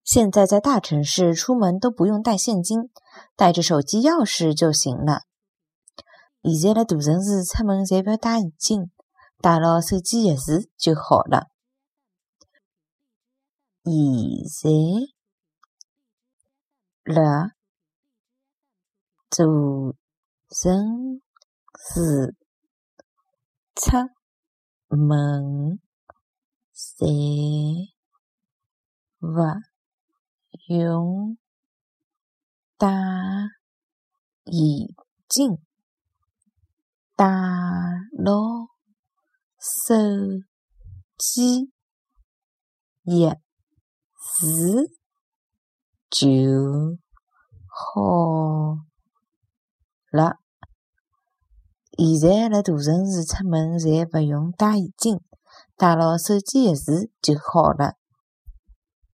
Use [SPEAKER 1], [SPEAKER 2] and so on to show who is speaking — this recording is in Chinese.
[SPEAKER 1] 现在在大城市出门都不用带现金，带着手机钥匙就行了。现在辣大城市出门侪不要带现金，带牢手机钥匙就好了。现在辣大城市出门侪勿用带现金，带牢手机钥匙就好了。现在辣大城市出门侪勿用带现金，带牢手机钥匙就好了。